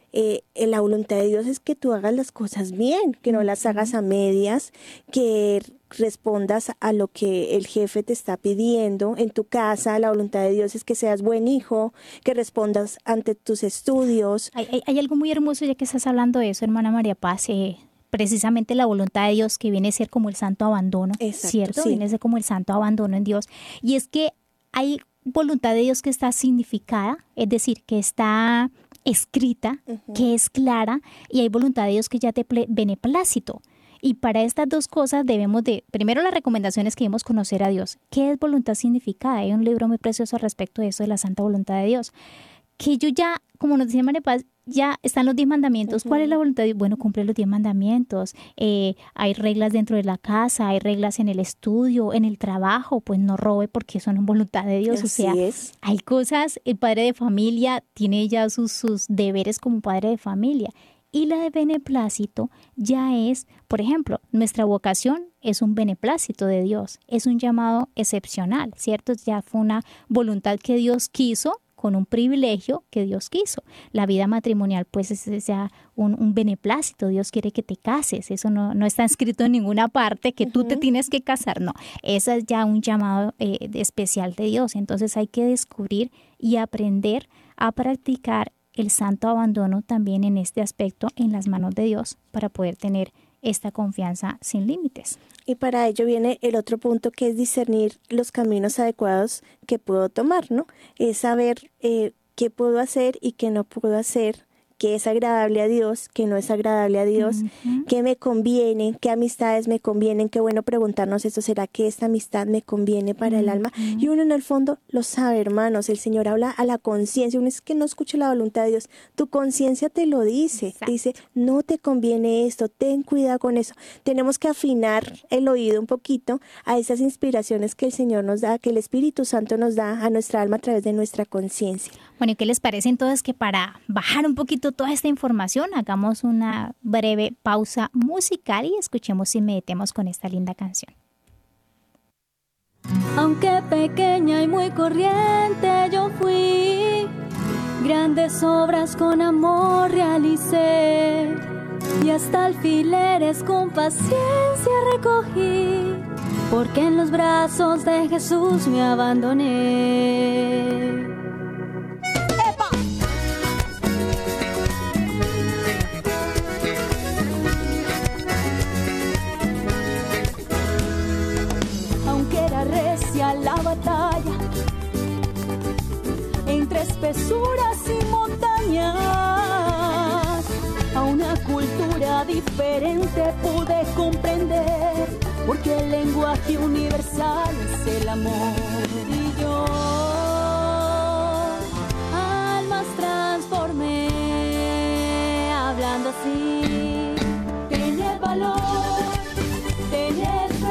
la voluntad de Dios es que tú hagas las cosas bien, que no las hagas a medias, que respondas a lo que el jefe te está pidiendo. En tu casa, la voluntad de Dios es que seas buen hijo, que respondas ante tus estudios. Hay algo muy hermoso ya que estás hablando de eso, hermana María Paz, precisamente la voluntad de Dios que viene a ser como el santo abandono, exacto, ¿cierto? Sí. Viene a ser como el santo abandono en Dios. Y es que hay voluntad de Dios que está significada, es decir, que está escrita, que es clara, y hay voluntad de Dios que ya te beneplácito. Y para estas dos cosas debemos primero las recomendaciones que debemos conocer a Dios. ¿Qué es voluntad significada? Hay un libro muy precioso al respecto de eso, de la santa voluntad de Dios. Que yo ya, como nos decía María Paz, ya están los 10 mandamientos. ¿Cuál es la voluntad de Dios? Bueno, cumple los 10 mandamientos. Hay reglas dentro de la casa, hay reglas en el estudio, en el trabajo, pues no robe porque son en voluntad de Dios. Así es. Hay cosas, el padre de familia tiene ya sus deberes como padre de familia. Y la de beneplácito ya es, por ejemplo, nuestra vocación es un beneplácito de Dios, es un llamado excepcional, ¿cierto? Ya fue una voluntad que Dios quiso, con un privilegio que Dios quiso. La vida matrimonial pues es ya un beneplácito, Dios quiere que te cases, eso no está escrito en ninguna parte que tú te tienes que casar, no, eso es ya un llamado especial de Dios. Entonces hay que descubrir y aprender a practicar el santo abandono también en este aspecto en las manos de Dios para poder tener esta confianza sin límites. Y para ello viene el otro punto, que es discernir los caminos adecuados que puedo tomar, ¿no? Es saber qué puedo hacer y qué no puedo hacer, qué es agradable a Dios, qué no es agradable a Dios, qué me conviene, qué amistades me convienen, qué bueno preguntarnos esto, ¿será que esta amistad me conviene para el alma? Y uno en el fondo lo sabe, hermanos, el Señor habla a la conciencia, uno es que no escucha la voluntad de Dios, tu conciencia te lo dice, exacto, dice, no te conviene esto, ten cuidado con eso. Tenemos que afinar el oído un poquito a esas inspiraciones que el Señor nos da, que el Espíritu Santo nos da a nuestra alma a través de nuestra conciencia. Bueno, ¿y qué les parece entonces que para bajar un poquito toda esta información hagamos una breve pausa musical y escuchemos y meditemos con esta linda canción? Aunque pequeña y muy corriente yo fui, grandes obras con amor realicé y hasta alfileres con paciencia recogí, porque en los brazos de Jesús me abandoné. La batalla entre espesuras y montañas, a una cultura diferente pude comprender, porque el lenguaje universal es el amor. Y yo almas transformé hablando así. Tener valor, tener fe,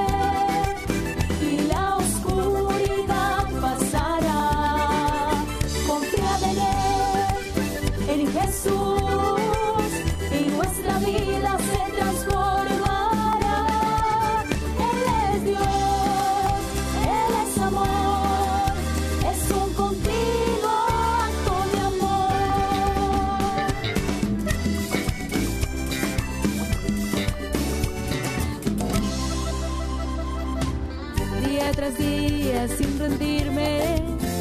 Jesús, y nuestra vida se transformará. Él es Dios, Él es amor, es un continuo vida sin rendirme.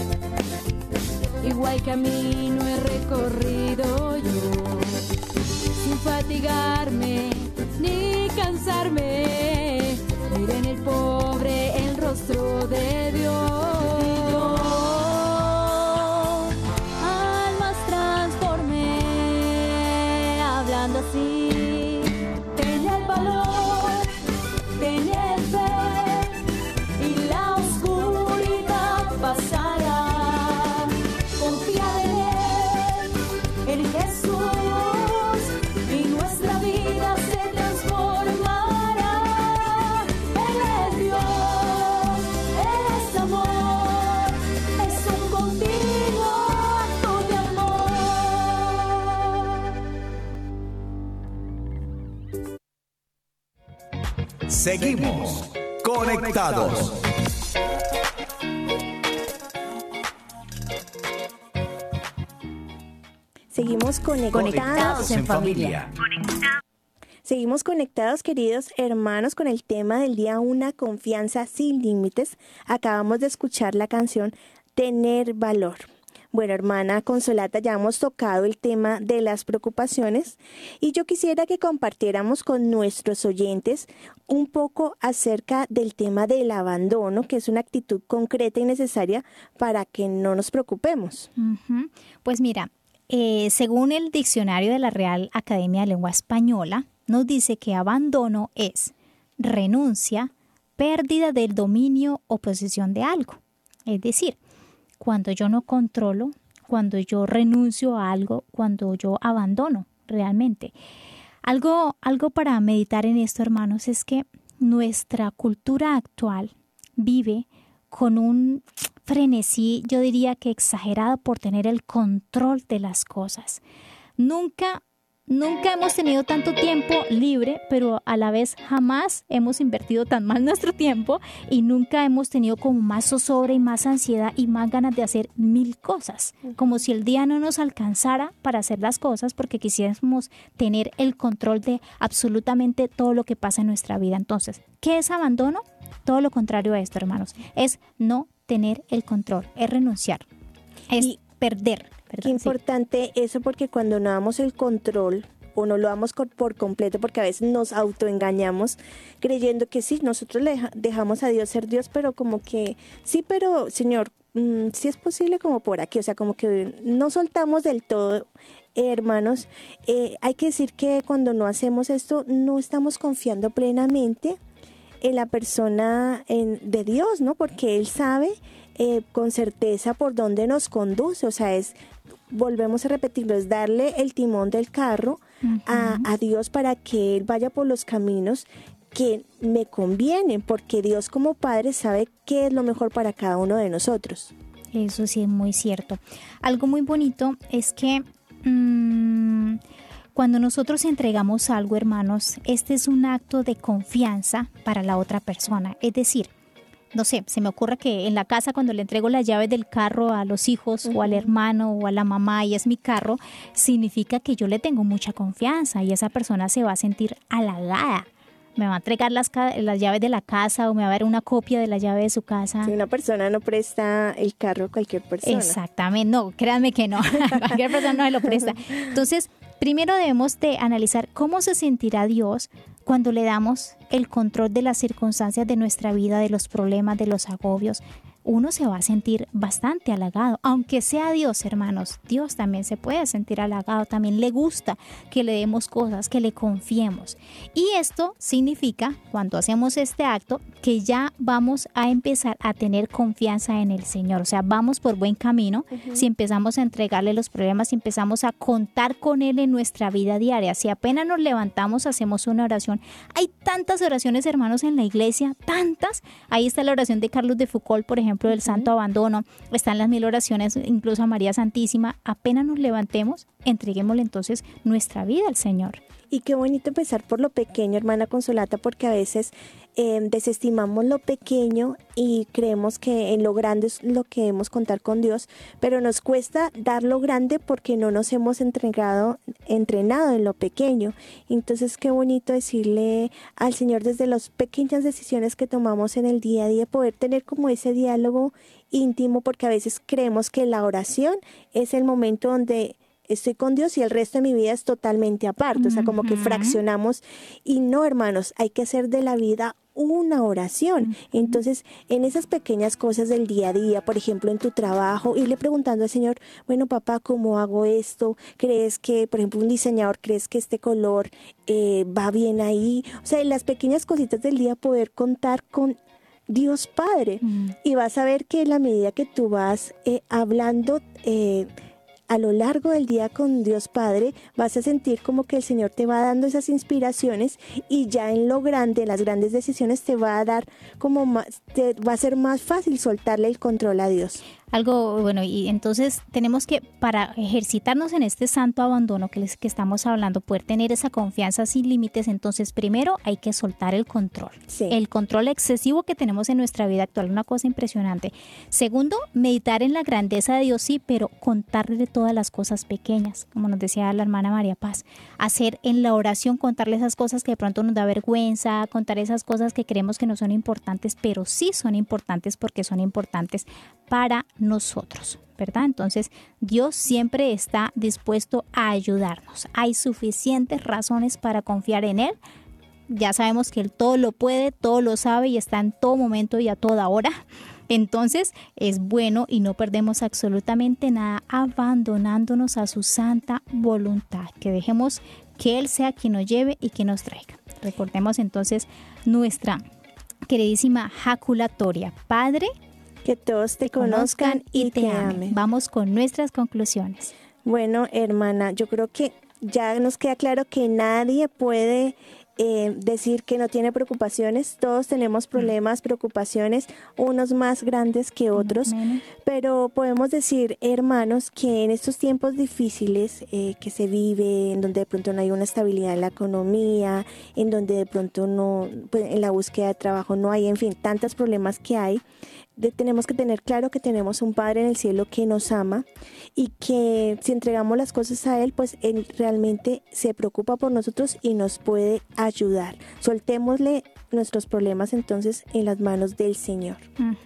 Igual camino he recorrido yo, sin fatigarme ni cansarme. Miré en el pobre el rostro de Dios. Almas transformé, hablando así. Ten el valor, ten el fe, y la oscuridad pasará. Confía en Jesús, y nuestra vida se transformará. Él es Dios, Él es amor, es un continuo acto de amor. Seguimos conectados. Seguimos conectados en familia. Seguimos conectados, queridos hermanos, con el tema del día, una confianza sin límites. Acabamos de escuchar la canción Tener Valor. Bueno, hermana Consolata, ya hemos tocado el tema de las preocupaciones y yo quisiera que compartiéramos con nuestros oyentes un poco acerca del tema del abandono, que es una actitud concreta y necesaria para que no nos preocupemos. Pues mira, según el diccionario de la Real Academia de Lengua Española, nos dice que abandono es renuncia, pérdida del dominio o posesión de algo. Es decir, cuando yo no controlo, cuando yo renuncio a algo, cuando yo abandono realmente. Algo para meditar en esto, hermanos, es que nuestra cultura actual vive con un frenesí, yo diría que exagerado, por tener el control de las cosas. Nunca hemos tenido tanto tiempo libre, pero a la vez jamás hemos invertido tan mal nuestro tiempo y nunca hemos tenido como más zozobra y más ansiedad y más ganas de hacer mil cosas, como si el día no nos alcanzara para hacer las cosas porque quisiéramos tener el control de absolutamente todo lo que pasa en nuestra vida. Entonces, ¿qué es abandono? Todo lo contrario a esto, hermanos. Es no tener el control, es renunciar, es perder. Qué importante eso, porque cuando no damos el control o no lo damos por completo, porque a veces nos autoengañamos creyendo que sí, nosotros le dejamos a Dios ser Dios, pero como que sí, pero Señor, sí es posible como por aquí, o sea, como que no soltamos del todo. Hermanos, hay que decir que cuando no hacemos esto, no estamos confiando plenamente en la persona de Dios, ¿no? Porque Él sabe con certeza por dónde nos conduce, o sea, volvemos a repetirlo, es darle el timón del carro a Dios para que Él vaya por los caminos que me convienen, porque Dios como Padre sabe qué es lo mejor para cada uno de nosotros. Eso sí es muy cierto. Algo muy bonito es que cuando nosotros entregamos algo, hermanos, este es un acto de confianza para la otra persona. Es decir, no sé, se me ocurre que en la casa cuando le entrego las llaves del carro a los hijos o al hermano o a la mamá y es mi carro, significa que yo le tengo mucha confianza y esa persona se va a sentir halagada. Me va a entregar las llaves de la casa o me va a dar una copia de la llave de su casa. Si una persona no presta el carro a cualquier persona. Exactamente, no, créanme que no, cualquier persona no se lo presta. Entonces, primero debemos de analizar cómo se sentirá Dios cuando le damos el control de las circunstancias de nuestra vida, de los problemas, de los agobios. Uno se va a sentir bastante halagado, aunque sea Dios, hermanos. Dios también se puede sentir halagado, también le gusta que le demos cosas, que le confiemos. Y esto significa, cuando hacemos este acto, que ya vamos a empezar a tener confianza en el Señor. O sea, vamos por buen camino si empezamos a entregarle los problemas, si empezamos a contar con Él en nuestra vida diaria. Si apenas nos levantamos, hacemos una oración. Hay tantas oraciones, hermanos, en la iglesia, tantas. Ahí está la oración de Carlos de Foucault, por ejemplo, del Santo Abandono. Están las 1000 oraciones, incluso a María Santísima. Apenas nos levantemos, entreguémosle entonces nuestra vida al Señor. Y qué bonito empezar por lo pequeño, hermana Consolata, porque a veces desestimamos lo pequeño y creemos que en lo grande es lo que debemos contar con Dios, pero nos cuesta dar lo grande porque no nos hemos entrenado en lo pequeño. Entonces qué bonito decirle al Señor desde las pequeñas decisiones que tomamos en el día a día, poder tener como ese diálogo íntimo, porque a veces creemos que la oración es el momento donde estoy con Dios y el resto de mi vida es totalmente aparte, o sea, como que fraccionamos, y no, hermanos, hay que hacer de la vida una oración. Entonces, en esas pequeñas cosas del día a día, por ejemplo, en tu trabajo, irle preguntando al Señor, bueno, papá, ¿cómo hago esto? ¿Crees que, por ejemplo, un diseñador, crees que este color va bien ahí? O sea, en las pequeñas cositas del día poder contar con Dios Padre, y vas a ver que en la medida que tú vas hablando a lo largo del día con Dios Padre, vas a sentir como que el Señor te va dando esas inspiraciones, y ya en lo grande, en las grandes decisiones, te va a dar como más, te va a ser más fácil soltarle el control a Dios. Algo bueno, y entonces tenemos que, para ejercitarnos en este santo abandono que estamos hablando, poder tener esa confianza sin límites, entonces primero hay que soltar el control. Sí. El control excesivo que tenemos en nuestra vida actual, una cosa impresionante. Segundo, meditar en la grandeza de Dios, sí, pero contarle todas las cosas pequeñas, como nos decía la hermana María Paz. Hacer en la oración, contarle esas cosas que de pronto nos da vergüenza, contar esas cosas que creemos que no son importantes, pero sí son importantes porque son importantes para nosotros, ¿verdad? Entonces, Dios siempre está dispuesto a ayudarnos. Hay suficientes razones para confiar en Él. Ya sabemos que Él todo lo puede, todo lo sabe y está en todo momento y a toda hora. Entonces, es bueno y no perdemos absolutamente nada abandonándonos a su santa voluntad. Que dejemos que Él sea quien nos lleve y quien nos traiga. Recordemos entonces nuestra queridísima jaculatoria. Padre, que todos te conozcan y te amen. Vamos con nuestras conclusiones. Bueno, hermana, yo creo que ya nos queda claro que nadie puede decir que no tiene preocupaciones. Todos tenemos problemas, preocupaciones, unos más grandes que otros, pero podemos decir, hermanos, que en estos tiempos difíciles que se vive, en donde de pronto no hay una estabilidad en la economía, en donde de pronto no, pues, en la búsqueda de trabajo no hay, en fin, tantos problemas que hay, tenemos que tener claro que tenemos un Padre en el cielo que nos ama, y que si entregamos las cosas a Él, pues Él realmente se preocupa por nosotros y nos puede ayudar. Soltémosle nuestros problemas entonces en las manos del Señor.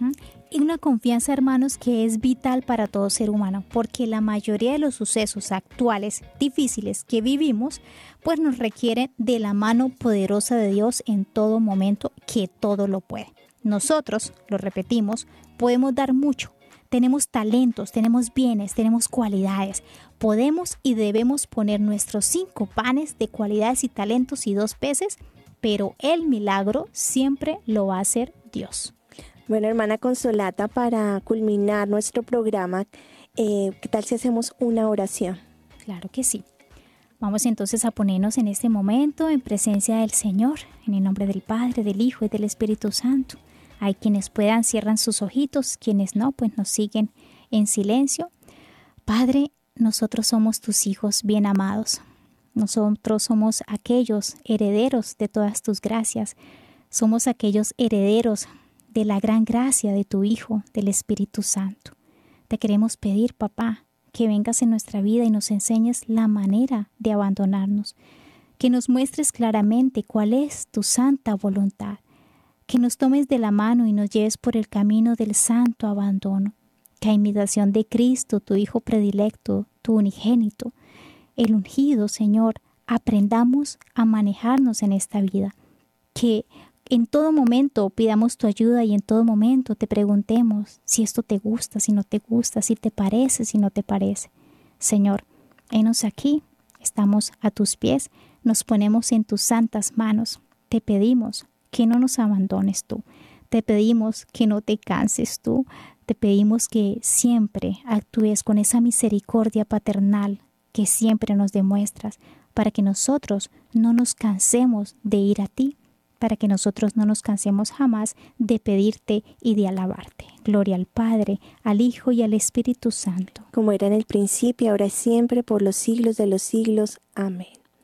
Y una confianza, hermanos, que es vital para todo ser humano, porque la mayoría de los sucesos actuales difíciles que vivimos, pues nos requieren de la mano poderosa de Dios en todo momento, que todo lo puede. Nosotros, lo repetimos, podemos dar mucho. Tenemos talentos, tenemos bienes, tenemos cualidades. Podemos y debemos poner nuestros 5 panes de cualidades y talentos y 2 peces, pero el milagro siempre lo va a hacer Dios. Bueno, hermana Consolata, para culminar nuestro programa, ¿qué tal si hacemos una oración? Claro que sí. Vamos entonces a ponernos en este momento en presencia del Señor, en el nombre del Padre, del Hijo y del Espíritu Santo. Hay quienes puedan, cierran sus ojitos, quienes no, pues nos siguen en silencio. Padre, nosotros somos tus hijos bien amados. Nosotros somos aquellos herederos de todas tus gracias. Somos aquellos herederos de la gran gracia de tu Hijo, del Espíritu Santo. Te queremos pedir, papá, que vengas en nuestra vida y nos enseñes la manera de abandonarnos. Que nos muestres claramente cuál es tu santa voluntad. Que nos tomes de la mano y nos lleves por el camino del santo abandono. Que a imitación de Cristo, tu Hijo predilecto, tu unigénito, el ungido, Señor, aprendamos a manejarnos en esta vida. Que en todo momento pidamos tu ayuda y en todo momento te preguntemos si esto te gusta, si no te gusta, si te parece, si no te parece. Señor, henos aquí, estamos a tus pies, nos ponemos en tus santas manos. Te pedimos que no nos abandones tú. Te pedimos que no te canses tú. Te pedimos que siempre actúes con esa misericordia paternal que siempre nos demuestras, para que nosotros no nos cansemos de ir a ti, para que nosotros no nos cansemos jamás de pedirte y de alabarte. Gloria al Padre, al Hijo y al Espíritu Santo. Como era en el principio, ahora y siempre, por los siglos de los siglos. Amén.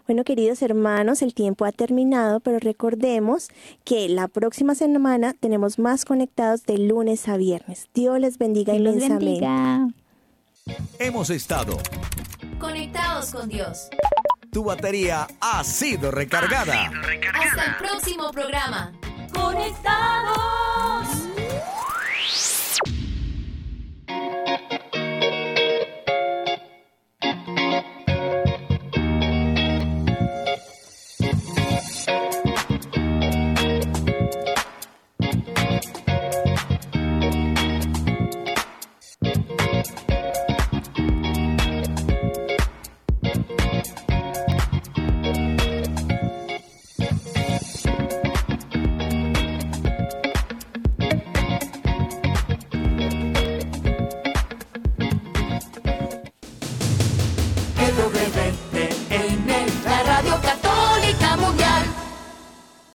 Bueno, queridos hermanos, el tiempo ha terminado, pero recordemos que la próxima semana tenemos más conectados de lunes a viernes. Dios les bendiga Dios los inmensamente. bendiga. Hemos estado. Conectados con Dios. Tu batería ha sido recargada. Hasta el próximo programa. Conectados.